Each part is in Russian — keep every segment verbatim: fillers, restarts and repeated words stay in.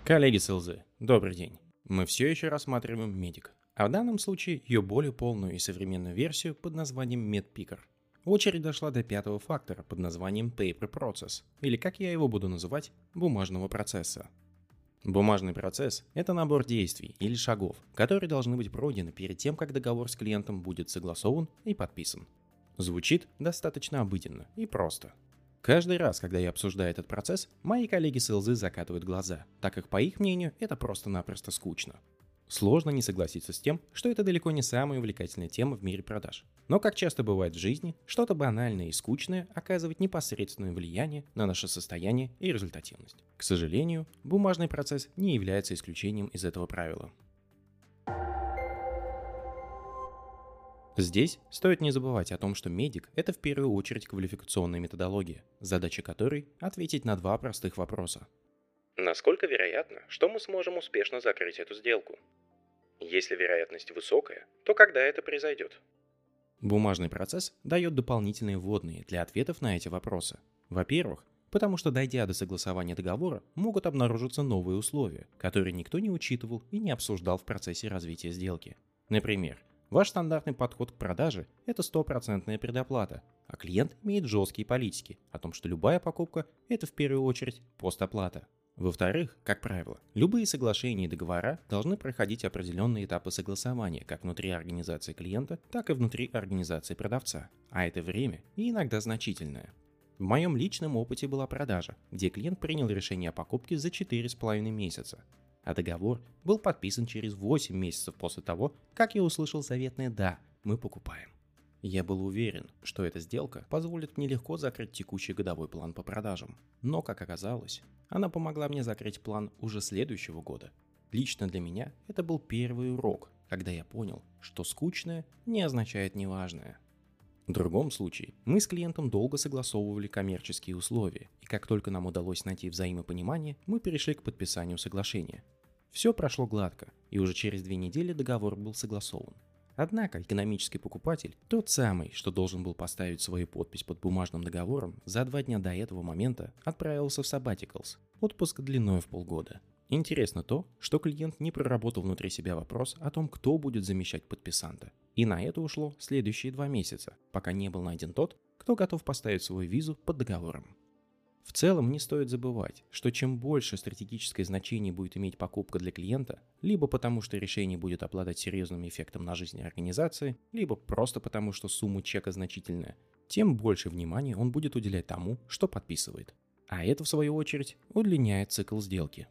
Коллеги с ЛЗ, добрый день. Мы все еще рассматриваем Медик, а в данном случае ее более полную и современную версию под названием MedPicker. Очередь дошла до пятого фактора под названием Paper Process, или как я его буду называть, бумажного процесса. Бумажный процесс – это набор действий или шагов, которые должны быть пройдены перед тем, как договор с клиентом будет согласован и подписан. Звучит достаточно обыденно и просто. Каждый раз, когда я обсуждаю этот процесс, мои коллеги с ЛЗ закатывают глаза, так как, по их мнению, это просто-напросто скучно. Сложно не согласиться с тем, что это далеко не самая увлекательная тема в мире продаж. Но, как часто бывает в жизни, что-то банальное и скучное оказывает непосредственное влияние на наше состояние и результативность. К сожалению, бумажный процесс не является исключением из этого правила. Здесь стоит не забывать о том, что Медик – это в первую очередь квалификационная методология, задача которой – ответить на два простых вопроса. Насколько вероятно, что мы сможем успешно закрыть эту сделку? Если вероятность высокая, то когда это произойдет? Бумажный процесс дает дополнительные вводные для ответов на эти вопросы. Во-первых, потому что, дойдя до согласования договора, могут обнаружиться новые условия, которые никто не учитывал и не обсуждал в процессе развития сделки. Например, ваш стандартный подход к продаже – это стопроцентная предоплата, а клиент имеет жесткие политики о том, что любая покупка – это в первую очередь постоплата. Во-вторых, как правило, любые соглашения и договора должны проходить определенные этапы согласования как внутри организации клиента, так и внутри организации продавца, а это время и иногда значительное. В моем личном опыте была продажа, где клиент принял решение о покупке за четыре с половиной месяца, а договор был подписан через восемь месяцев после того, как я услышал заветное «да, мы покупаем». Я был уверен, что эта сделка позволит мне легко закрыть текущий годовой план по продажам. Но, как оказалось, она помогла мне закрыть план уже следующего года. Лично для меня это был первый урок, когда я понял, что скучное не означает неважное. В другом случае мы с клиентом долго согласовывали коммерческие условия, и как только нам удалось найти взаимопонимание, мы перешли к подписанию соглашения. Все прошло гладко, и уже через две недели договор был согласован. Однако экономический покупатель, тот самый, что должен был поставить свою подпись под бумажным договором, за два дня до этого момента отправился в sabbaticals, отпуск длиной в полгода. Интересно то, что клиент не проработал внутри себя вопрос о том, кто будет замещать подписанта. И на это ушло следующие два месяца, пока не был найден тот, кто готов поставить свою визу под договором. В целом не стоит забывать, что чем больше стратегическое значение будет иметь покупка для клиента, либо потому что решение будет обладать серьезным эффектом на жизнь организации, либо просто потому что сумма чека значительная, тем больше внимания он будет уделять тому, что подписывает. А это в свою очередь удлиняет цикл сделки.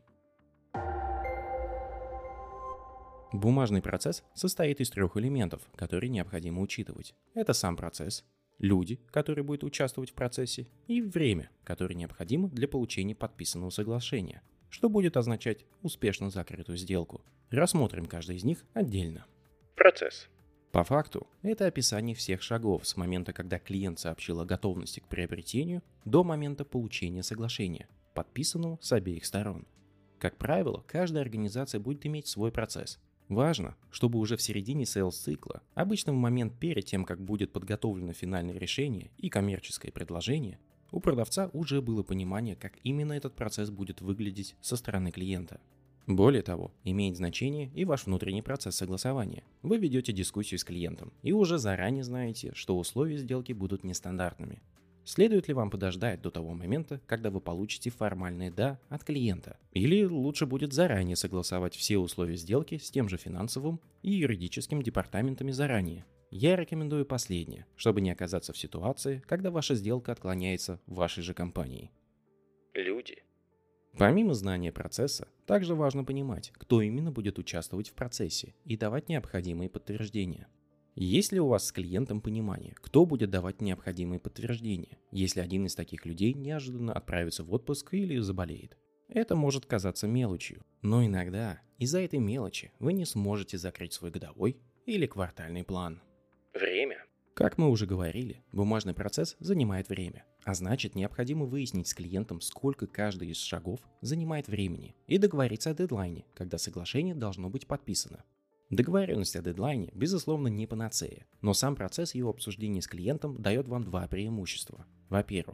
Бумажный процесс состоит из трех элементов, которые необходимо учитывать. Это сам процесс, люди, которые будут участвовать в процессе, и время, которое необходимо для получения подписанного соглашения, что будет означать успешно закрытую сделку. Рассмотрим каждый из них отдельно. Процесс. По факту, это описание всех шагов с момента, когда клиент сообщил о готовности к приобретению, до момента получения соглашения, подписанного с обеих сторон. Как правило, каждая организация будет иметь свой процесс. Важно, чтобы уже в середине сейлс-цикла, обычно в момент перед тем, как будет подготовлено финальное решение и коммерческое предложение, у продавца уже было понимание, как именно этот процесс будет выглядеть со стороны клиента. Более того, имеет значение и ваш внутренний процесс согласования. Вы ведете дискуссию с клиентом и уже заранее знаете, что условия сделки будут нестандартными. Следует ли вам подождать до того момента, когда вы получите формальное «да» от клиента? Или лучше будет заранее согласовать все условия сделки с тем же финансовым и юридическим департаментами заранее? Я рекомендую последнее, чтобы не оказаться в ситуации, когда ваша сделка отклоняется в вашей же компании. Люди. Помимо знания процесса, также важно понимать, кто именно будет участвовать в процессе и давать необходимые подтверждения. Есть ли у вас с клиентом понимание, кто будет давать необходимые подтверждения, если один из таких людей неожиданно отправится в отпуск или заболеет? Это может казаться мелочью, но иногда из-за этой мелочи вы не сможете закрыть свой годовой или квартальный план. Время. Как мы уже говорили, бумажный процесс занимает время, а значит необходимо выяснить с клиентом, сколько каждый из шагов занимает времени, и договориться о дедлайне, когда соглашение должно быть подписано. Договоренность о дедлайне, безусловно, не панацея, но сам процесс его обсуждения с клиентом дает вам два преимущества. Во-первых,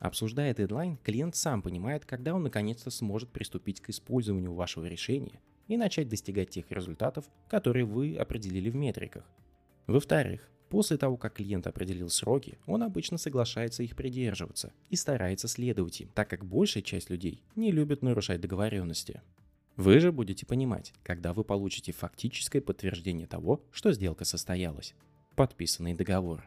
Обсуждая дедлайн, клиент сам понимает, когда он наконец-то сможет приступить к использованию вашего решения и начать достигать тех результатов, которые вы определили в метриках. Во-вторых, после того, как клиент определил сроки, он обычно соглашается их придерживаться и старается следовать им, так как большая часть людей не любит нарушать договоренности. Вы же будете понимать, когда вы получите фактическое подтверждение того, что сделка состоялась. Подписанный договор.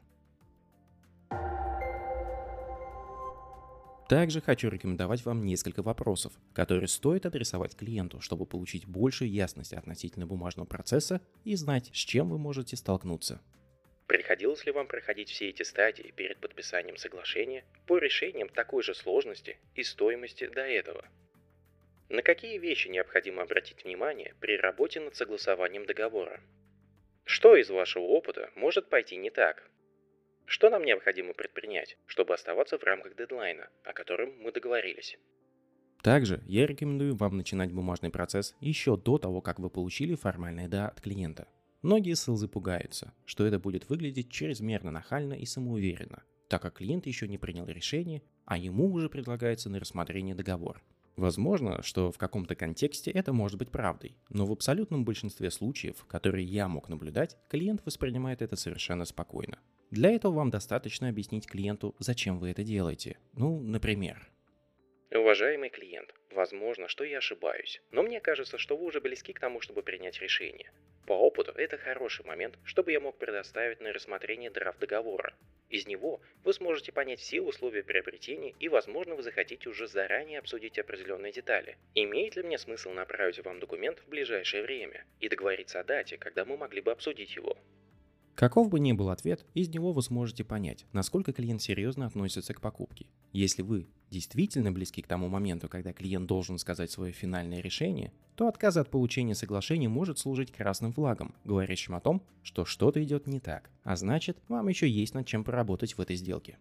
Также хочу рекомендовать вам несколько вопросов, которые стоит адресовать клиенту, чтобы получить большую ясность относительно бумажного процесса и знать, с чем вы можете столкнуться. Приходилось ли вам проходить все эти стадии перед подписанием соглашения по решениям такой же сложности и стоимости до этого? На какие вещи необходимо обратить внимание при работе над согласованием договора? Что из вашего опыта может пойти не так? Что нам необходимо предпринять, чтобы оставаться в рамках дедлайна, о котором мы договорились? Также я рекомендую вам начинать бумажный процесс еще до того, как вы получили формальное «да» от клиента. Многие селзы пугаются, что это будет выглядеть чрезмерно нахально и самоуверенно, так как клиент еще не принял решение, а ему уже предлагается на рассмотрение договор. Возможно, что в каком-то контексте это может быть правдой, но в абсолютном большинстве случаев, которые я мог наблюдать, клиент воспринимает это совершенно спокойно. Для этого вам достаточно объяснить клиенту, зачем вы это делаете. Ну, например. Уважаемый клиент, возможно, что я ошибаюсь, но мне кажется, что вы уже близки к тому, чтобы принять решение. По опыту, это хороший момент, чтобы я мог предоставить на рассмотрение драфт договора. Из него вы сможете понять все условия приобретения и, возможно, вы захотите уже заранее обсудить определенные детали. Имеет ли мне смысл направить вам документ в ближайшее время и договориться о дате, когда мы могли бы обсудить его? Каков бы ни был ответ, из него вы сможете понять, насколько клиент серьезно относится к покупке. Если вы действительно близки к тому моменту, когда клиент должен сказать свое финальное решение, то отказ от получения соглашения может служить красным флагом, говорящим о том, что что-то идет не так, а значит, вам еще есть над чем поработать в этой сделке.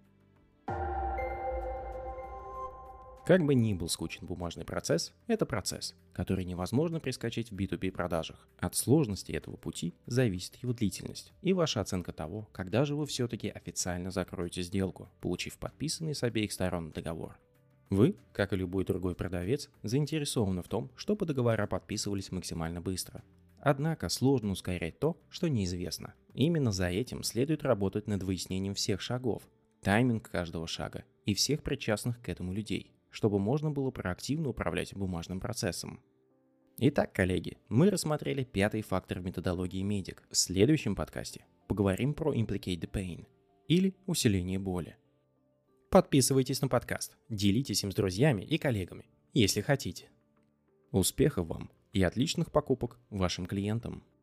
Как бы ни был скучен бумажный процесс, это процесс, который невозможно прескочить в би ту би продажах. От сложности этого пути зависит его длительность и ваша оценка того, когда же вы все-таки официально закроете сделку, получив подписанный с обеих сторон договор. Вы, как и любой другой продавец, заинтересованы в том, чтобы договора подписывались максимально быстро. Однако сложно ускорять то, что неизвестно. Именно за этим следует работать над выяснением всех шагов, тайминг каждого шага и всех причастных к этому людей, чтобы можно было проактивно управлять бумажным процессом. Итак, коллеги, мы рассмотрели пятый фактор в методологии медик. В следующем подкасте поговорим про implicate the pain, или усиление боли. Подписывайтесь на подкаст, делитесь им с друзьями и коллегами, если хотите. Успехов вам и отличных покупок вашим клиентам!